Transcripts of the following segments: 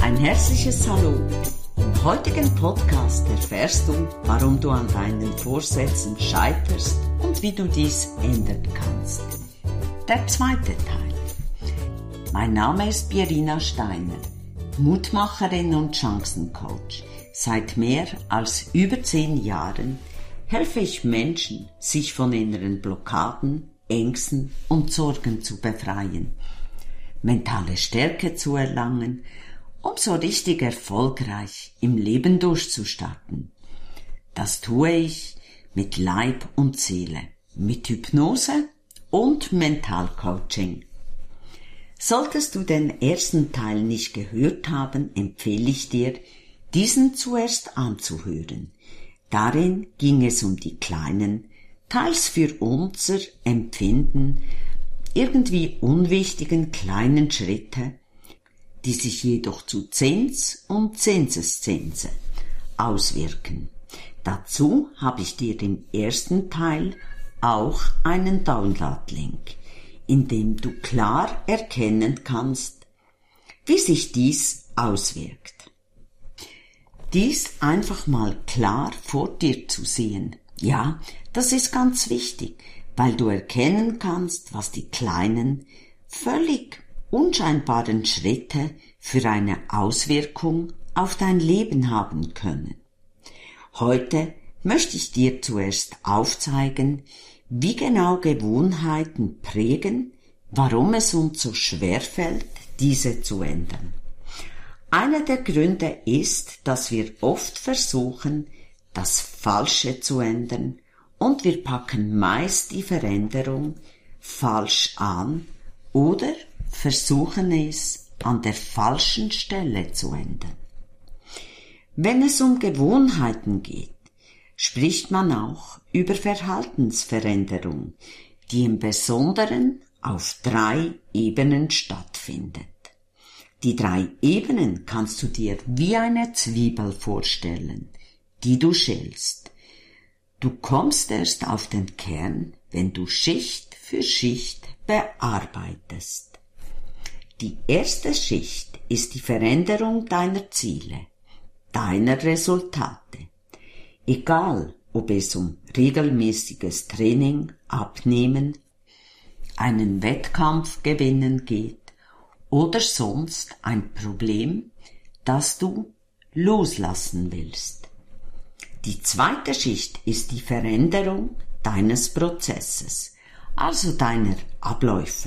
Ein herzliches Hallo. Im heutigen Podcast erfährst du, warum du an deinen Vorsätzen scheiterst und wie du dies ändern kannst. Der zweite Teil. Mein Name ist Pierina Steiner, Mutmacherin und Chancencoach. Seit mehr als über 10 Jahren helfe ich Menschen, sich von inneren Blockaden, Ängsten und Sorgen zu befreien, mentale Stärke zu erlangen, um so richtig erfolgreich im Leben durchzustarten. Das tue ich mit Leib und Seele, mit Hypnose und Mentalcoaching. Solltest du den ersten Teil nicht gehört haben, empfehle ich dir, diesen zuerst anzuhören. Darin ging es um die kleinen, teils für unser Empfinden irgendwie unwichtigen kleinen Schritte, die sich jedoch zu Zins und Zinseszins auswirken. Dazu habe ich dir im ersten Teil auch einen Download-Link, in dem du klar erkennen kannst, wie sich dies auswirkt. Dies einfach mal klar vor dir zu sehen, ja, das ist ganz wichtig, weil du erkennen kannst, was die kleinen, völlig unscheinbaren Schritte für eine Auswirkung auf dein Leben haben können. Heute möchte ich dir zuerst aufzeigen, wie genau Gewohnheiten prägen, warum es uns so schwer fällt, diese zu ändern. Einer der Gründe ist, dass wir oft versuchen, das Falsche zu ändern, und wir packen meist die Veränderung falsch an oder versuchen es an der falschen Stelle zu ändern. Wenn es um Gewohnheiten geht, spricht man auch über Verhaltensveränderung, die im Besonderen auf 3 Ebenen stattfindet. Die 3 Ebenen kannst du dir wie eine Zwiebel vorstellen, die du schälst. Du kommst erst auf den Kern, wenn du Schicht für Schicht bearbeitest. Die erste Schicht ist die Veränderung deiner Ziele, deiner Resultate. Egal, ob es um regelmäßiges Training, Abnehmen, einen Wettkampf gewinnen geht oder sonst ein Problem, das du loslassen willst. Die zweite Schicht ist die Veränderung deines Prozesses, also deiner Abläufe.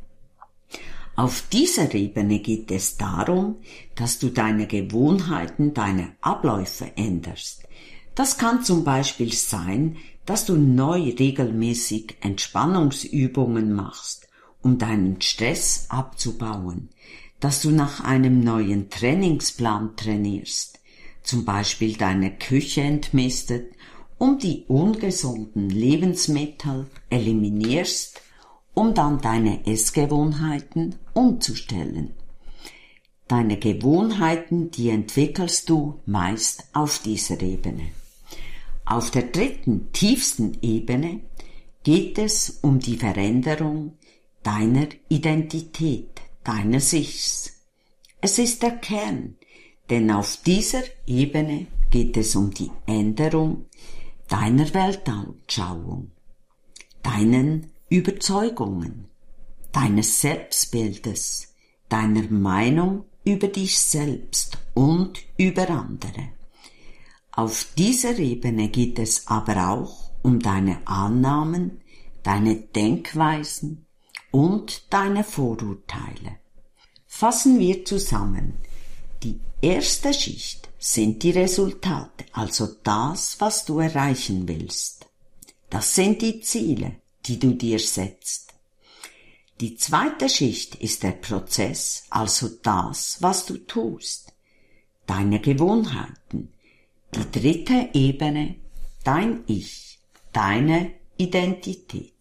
Auf dieser Ebene geht es darum, dass du deine Gewohnheiten, deine Abläufe änderst. Das kann zum Beispiel sein, dass du neu regelmäßig Entspannungsübungen machst, um deinen Stress abzubauen, dass du nach einem neuen Trainingsplan trainierst, zum Beispiel deine Küche entmistet, um die ungesunden Lebensmittel eliminierst, um dann deine Essgewohnheiten umzustellen. Deine Gewohnheiten, die entwickelst du meist auf dieser Ebene. Auf der dritten, tiefsten Ebene geht es um die Veränderung deiner Identität, deines Ichs. Es ist der Kern, denn auf dieser Ebene geht es um die Änderung deiner Weltanschauung, deinen Überzeugungen, deines Selbstbildes, deiner Meinung über dich selbst und über andere. Auf dieser Ebene geht es aber auch um deine Annahmen, deine Denkweisen und deine Vorurteile. Fassen wir zusammen. Die erste Schicht sind die Resultate, also das, was du erreichen willst. Das sind die Ziele, die du dir setzt. Die zweite Schicht ist der Prozess, also das, was du tust, deine Gewohnheiten. Die dritte Ebene, dein Ich, deine Identität.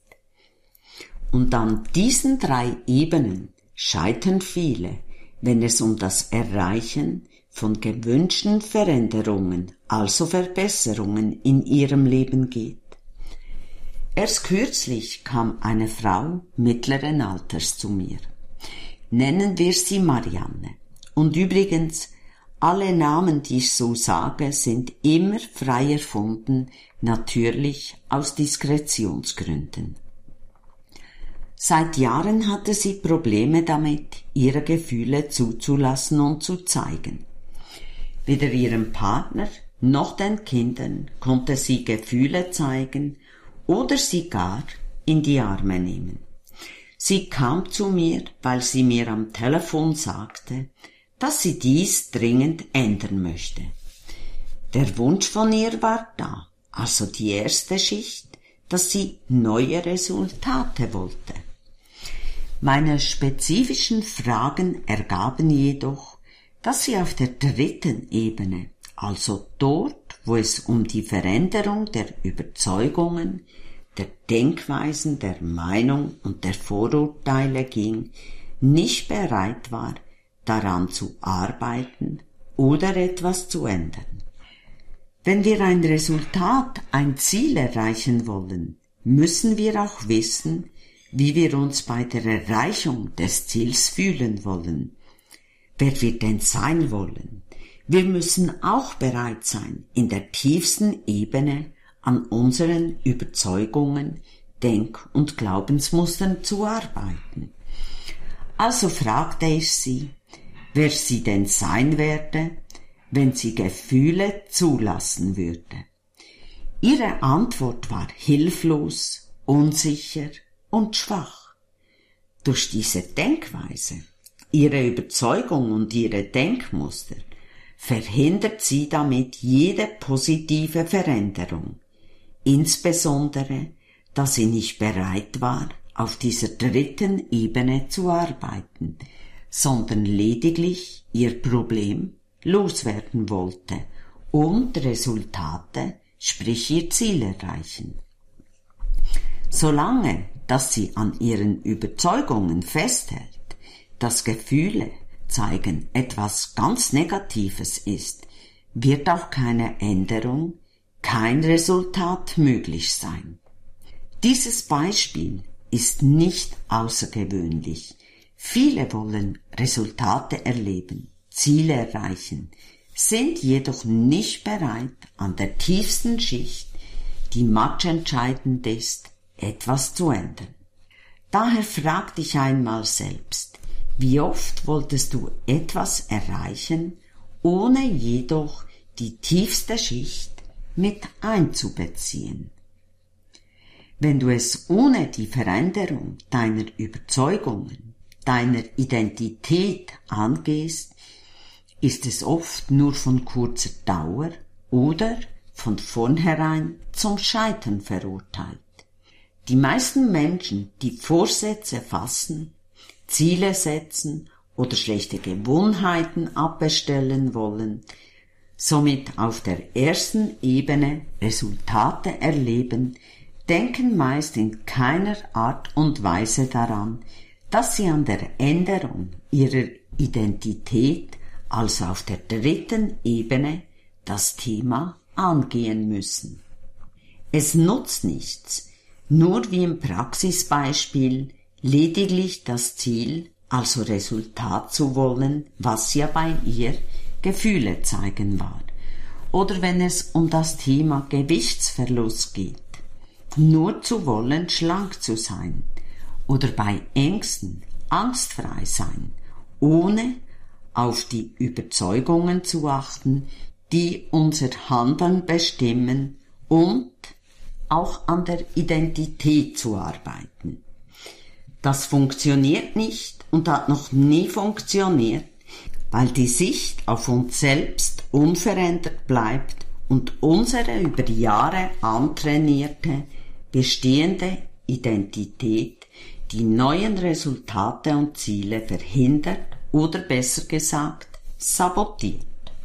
Und an diesen 3 Ebenen scheitern viele, wenn es um das Erreichen von gewünschten Veränderungen, also Verbesserungen in ihrem Leben geht. Erst kürzlich kam eine Frau mittleren Alters zu mir. Nennen wir sie Marianne. Und übrigens, alle Namen, die ich so sage, sind immer frei erfunden, natürlich aus Diskretionsgründen. Seit Jahren hatte sie Probleme damit, ihre Gefühle zuzulassen und zu zeigen. Weder ihrem Partner noch den Kindern konnte sie Gefühle zeigen oder sie gar in die Arme nehmen. Sie kam zu mir, weil sie mir am Telefon sagte, dass sie dies dringend ändern möchte. Der Wunsch von ihr war da, also die erste Schicht, dass sie neue Resultate wollte. Meine spezifischen Fragen ergaben jedoch, dass sie auf der dritten Ebene, also dort, wo es um die Veränderung der Überzeugungen, der Denkweisen, der Meinung und der Vorurteile ging, nicht bereit war, daran zu arbeiten oder etwas zu ändern. Wenn wir ein Resultat, ein Ziel erreichen wollen, müssen wir auch wissen, wie wir uns bei der Erreichung des Ziels fühlen wollen, wer wir denn sein wollen. Wir müssen auch bereit sein, in der tiefsten Ebene an unseren Überzeugungen, Denk- und Glaubensmustern zu arbeiten. Also fragte ich sie, wer sie denn sein werde, wenn sie Gefühle zulassen würde. Ihre Antwort war hilflos, unsicher und schwach. Durch diese Denkweise, ihre Überzeugung und ihre Denkmuster verhindert sie damit jede positive Veränderung, insbesondere, dass sie nicht bereit war, auf dieser dritten Ebene zu arbeiten, sondern lediglich ihr Problem loswerden wollte und Resultate, sprich ihr Ziel erreichen. Solange, dass sie an ihren Überzeugungen festhält, dass Gefühle zeigen etwas ganz Negatives ist, wird auch keine Änderung, kein Resultat möglich sein. Dieses Beispiel ist nicht außergewöhnlich. Viele wollen Resultate erleben, Ziele erreichen, sind jedoch nicht bereit, an der tiefsten Schicht, die matchentscheidend ist, etwas zu ändern. Daher frag dich einmal selbst, wie oft wolltest du etwas erreichen, ohne jedoch die tiefste Schicht mit einzubeziehen? Wenn du es ohne die Veränderung deiner Überzeugungen, deiner Identität angehst, ist es oft nur von kurzer Dauer oder von vornherein zum Scheitern verurteilt. Die meisten Menschen, die Vorsätze fassen, Ziele setzen oder schlechte Gewohnheiten abbestellen wollen, somit auf der ersten Ebene Resultate erleben, denken meist in keiner Art und Weise daran, dass sie an der Änderung ihrer Identität, also auf der dritten Ebene, das Thema angehen müssen. Es nutzt nichts, nur wie im Praxisbeispiel lediglich das Ziel, also Resultat zu wollen, was ja bei ihr Gefühle zeigen war. Oder wenn es um das Thema Gewichtsverlust geht, nur zu wollen, schlank zu sein. Oder bei Ängsten, angstfrei sein, ohne auf die Überzeugungen zu achten, die unser Handeln bestimmen und auch an der Identität zu arbeiten. Das funktioniert nicht und hat noch nie funktioniert, weil die Sicht auf uns selbst unverändert bleibt und unsere über die Jahre antrainierte, bestehende Identität die neuen Resultate und Ziele verhindert oder besser gesagt sabotiert.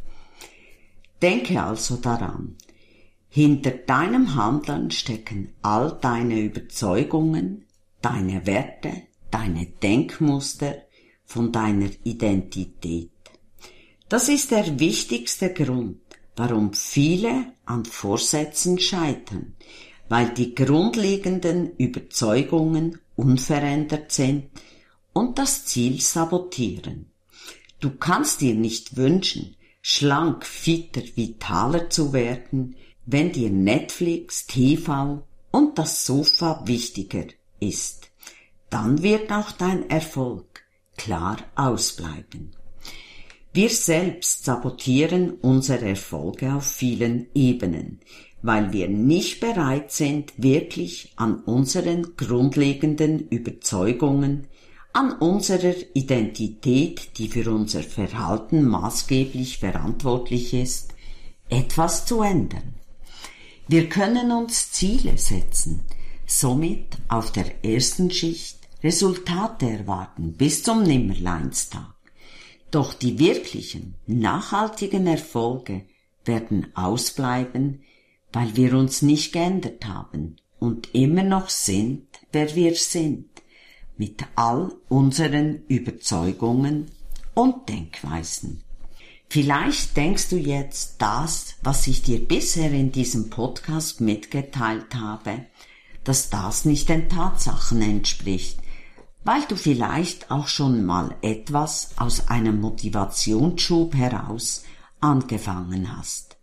Denke also daran, hinter deinem Handeln stecken all deine Überzeugungen, deine Werte, deine Denkmuster von deiner Identität. Das ist der wichtigste Grund, warum viele an Vorsätzen scheitern, weil die grundlegenden Überzeugungen unverändert sind und das Ziel sabotieren. Du kannst dir nicht wünschen, schlank, fitter, vitaler zu werden, wenn dir Netflix, TV und das Sofa wichtiger ist. Dann wird auch dein Erfolg klar ausbleiben. Wir selbst sabotieren unsere Erfolge auf vielen Ebenen, weil wir nicht bereit sind, wirklich an unseren grundlegenden Überzeugungen, an unserer Identität, die für unser Verhalten maßgeblich verantwortlich ist, etwas zu ändern. Wir können uns Ziele setzen, somit auf der ersten Schicht Resultate erwarten bis zum Nimmerleinstag. Doch die wirklichen, nachhaltigen Erfolge werden ausbleiben, weil wir uns nicht geändert haben und immer noch sind, wer wir sind, mit all unseren Überzeugungen und Denkweisen. Vielleicht denkst du jetzt, das, was ich dir bisher in diesem Podcast mitgeteilt habe, dass das nicht den Tatsachen entspricht, weil du vielleicht auch schon mal etwas aus einem Motivationsschub heraus angefangen hast.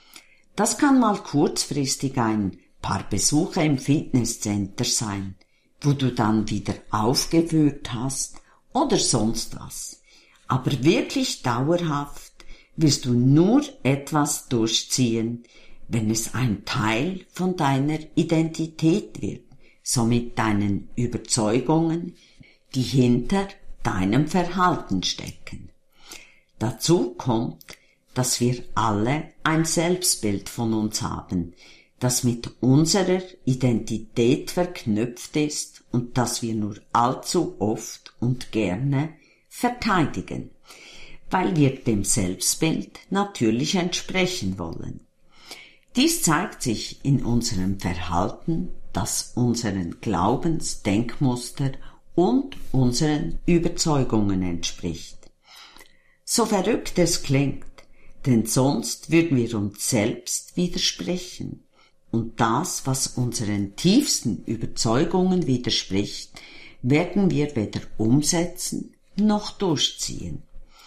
Das kann mal kurzfristig ein paar Besuche im Fitnesscenter sein, wo du dann wieder aufgeführt hast oder sonst was. Aber wirklich dauerhaft wirst du nur etwas durchziehen, wenn es ein Teil von deiner Identität wird, somit deinen Überzeugungen, die hinter deinem Verhalten stecken. Dazu kommt, dass wir alle ein Selbstbild von uns haben, das mit unserer Identität verknüpft ist und das wir nur allzu oft und gerne verteidigen, weil wir dem Selbstbild natürlich entsprechen wollen. Dies zeigt sich in unserem Verhalten, das unseren Glaubens-, Denkmuster und unseren Überzeugungen entspricht. So verrückt es klingt, denn sonst würden wir uns selbst widersprechen. Und das, was unseren tiefsten Überzeugungen widerspricht, werden wir weder umsetzen noch durchziehen.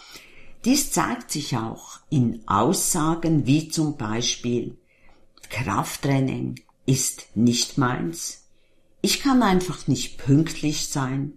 Dies zeigt sich auch in Aussagen wie zum Beispiel: Krafttraining ist nicht meins, ich kann einfach nicht pünktlich sein,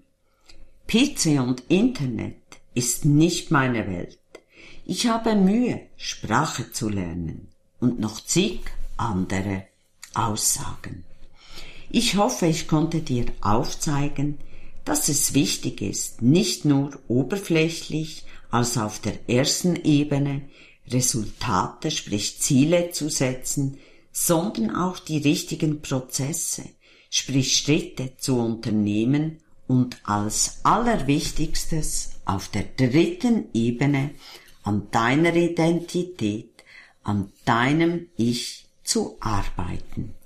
PC und Internet ist nicht meine Welt, ich habe Mühe, Sprache zu lernen und noch zig andere Aussagen. Ich hoffe, ich konnte dir aufzeigen, dass es wichtig ist, nicht nur oberflächlich, also auf der ersten Ebene, Resultate, sprich Ziele zu setzen, sondern auch die richtigen Prozesse, sprich Schritte zu unternehmen und als Allerwichtigstes auf der dritten Ebene an deiner Identität, an deinem Ich zu arbeiten.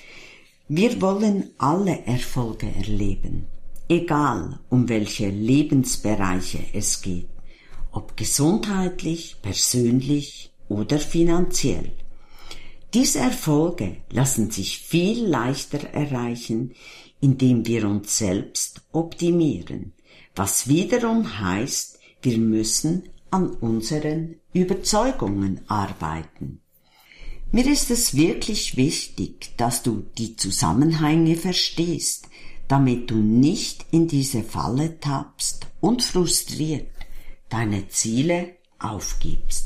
Wir wollen alle Erfolge erleben, egal um welche Lebensbereiche es geht, ob gesundheitlich, persönlich oder finanziell. Diese Erfolge lassen sich viel leichter erreichen, indem wir uns selbst optimieren, was wiederum heißt, wir müssen an unseren Überzeugungen arbeiten. Mir ist es wirklich wichtig, dass du die Zusammenhänge verstehst, damit du nicht in diese Falle tappst und frustriert deine Ziele aufgibst.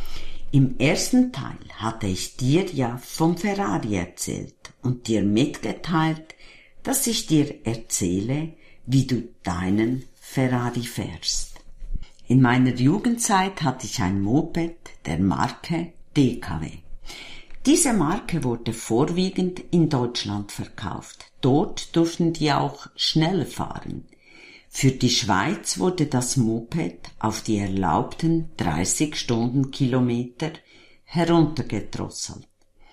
Im ersten Teil hatte ich dir ja vom Ferrari erzählt und dir mitgeteilt, dass ich dir erzähle, wie du deinen Ferrari fährst. In meiner Jugendzeit hatte ich ein Moped der Marke DKW. Diese Marke wurde vorwiegend in Deutschland verkauft. Dort durften die auch schnell fahren. Für die Schweiz wurde das Moped auf die erlaubten 30 Stundenkilometer heruntergedrosselt.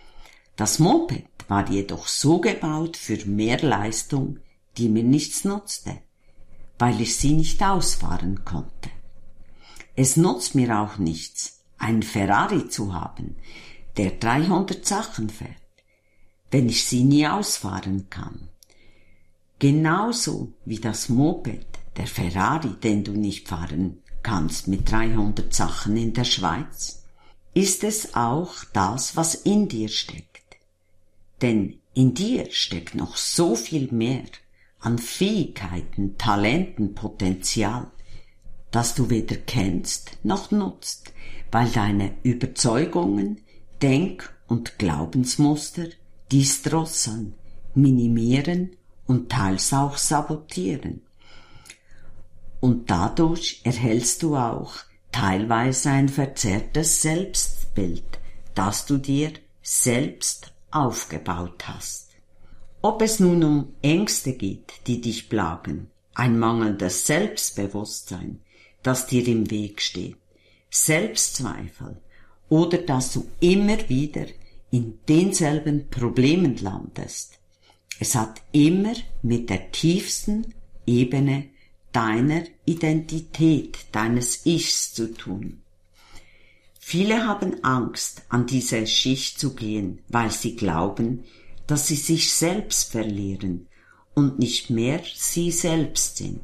Das Moped war jedoch so gebaut für mehr Leistung, die mir nichts nutzte, weil ich sie nicht ausfahren konnte. Es nutzt mir auch nichts, einen Ferrari zu haben, der 300 Sachen fährt, wenn ich sie nie ausfahren kann. Genauso wie das Moped, der Ferrari, den du nicht fahren kannst mit 300 Sachen in der Schweiz, ist es auch das, was in dir steckt. Denn in dir steckt noch so viel mehr an Fähigkeiten, Talenten, Potenzial, das du weder kennst noch nutzt, weil deine Überzeugungen, Denk- und Glaubensmuster dies drosseln, minimieren und teils auch sabotieren. Und dadurch erhältst du auch teilweise ein verzerrtes Selbstbild, das du dir selbst aufgebaut hast. Ob es nun um Ängste geht, die dich plagen, ein mangelndes Selbstbewusstsein, das dir im Weg steht, Selbstzweifel oder dass du immer wieder in denselben Problemen landest. Es hat immer mit der tiefsten Ebene deiner Identität, deines Ichs zu tun. Viele haben Angst, an diese Schicht zu gehen, weil sie glauben, dass sie sich selbst verlieren und nicht mehr sie selbst sind.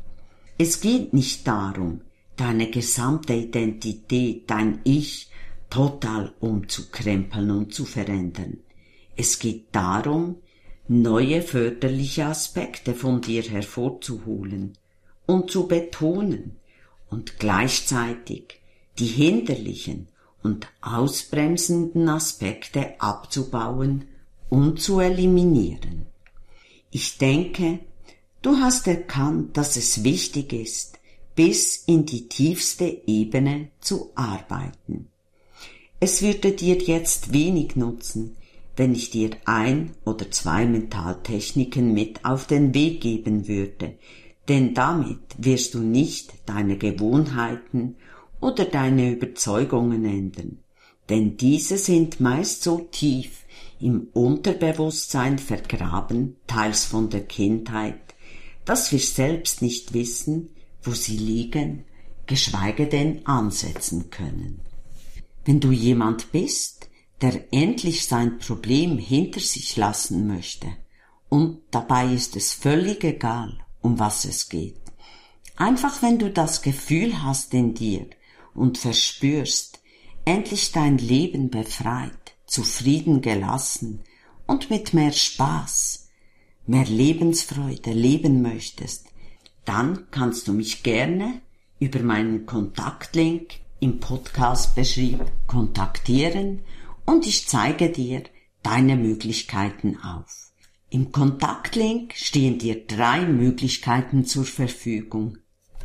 Es geht nicht darum, deine gesamte Identität, dein Ich, total umzukrempeln und zu verändern. Es geht darum, neue förderliche Aspekte von dir hervorzuholen und zu betonen und gleichzeitig die hinderlichen und ausbremsenden Aspekte abzubauen und zu eliminieren. Ich denke, du hast erkannt, dass es wichtig ist, bis in die tiefste Ebene zu arbeiten. Es würde dir jetzt wenig nutzen, wenn ich dir 1 oder 2 Mentaltechniken mit auf den Weg geben würde, denn damit wirst du nicht deine Gewohnheiten oder deine Überzeugungen ändern, denn diese sind meist so tief im Unterbewusstsein vergraben, teils von der Kindheit, dass wir selbst nicht wissen, wo sie liegen, geschweige denn ansetzen können. Wenn du jemand bist, der endlich sein Problem hinter sich lassen möchte, und dabei ist es völlig egal, um was es geht. Einfach wenn du das Gefühl hast in dir und verspürst, endlich dein Leben befreit, zufrieden gelassen und mit mehr Spaß, mehr Lebensfreude leben möchtest, dann kannst du mich gerne über meinen Kontaktlink im Podcast-Beschrieb kontaktieren und ich zeige dir deine Möglichkeiten auf. Im Kontaktlink stehen dir 3 Möglichkeiten zur Verfügung.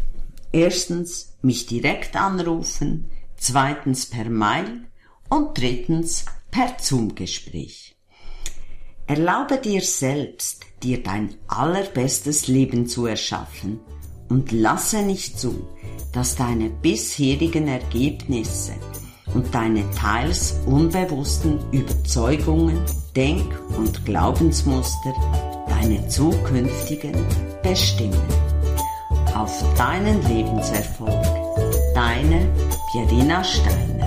Erstens, mich direkt anrufen, zweitens per Mail und drittens per Zoom-Gespräch. Erlaube dir selbst, dir dein allerbestes Leben zu erschaffen und lasse nicht zu, dass deine bisherigen Ergebnisse und deine teils unbewussten Überzeugungen, Denk- und Glaubensmuster deine zukünftigen bestimmen. Auf deinen Lebenserfolg, deine Pierina Stein.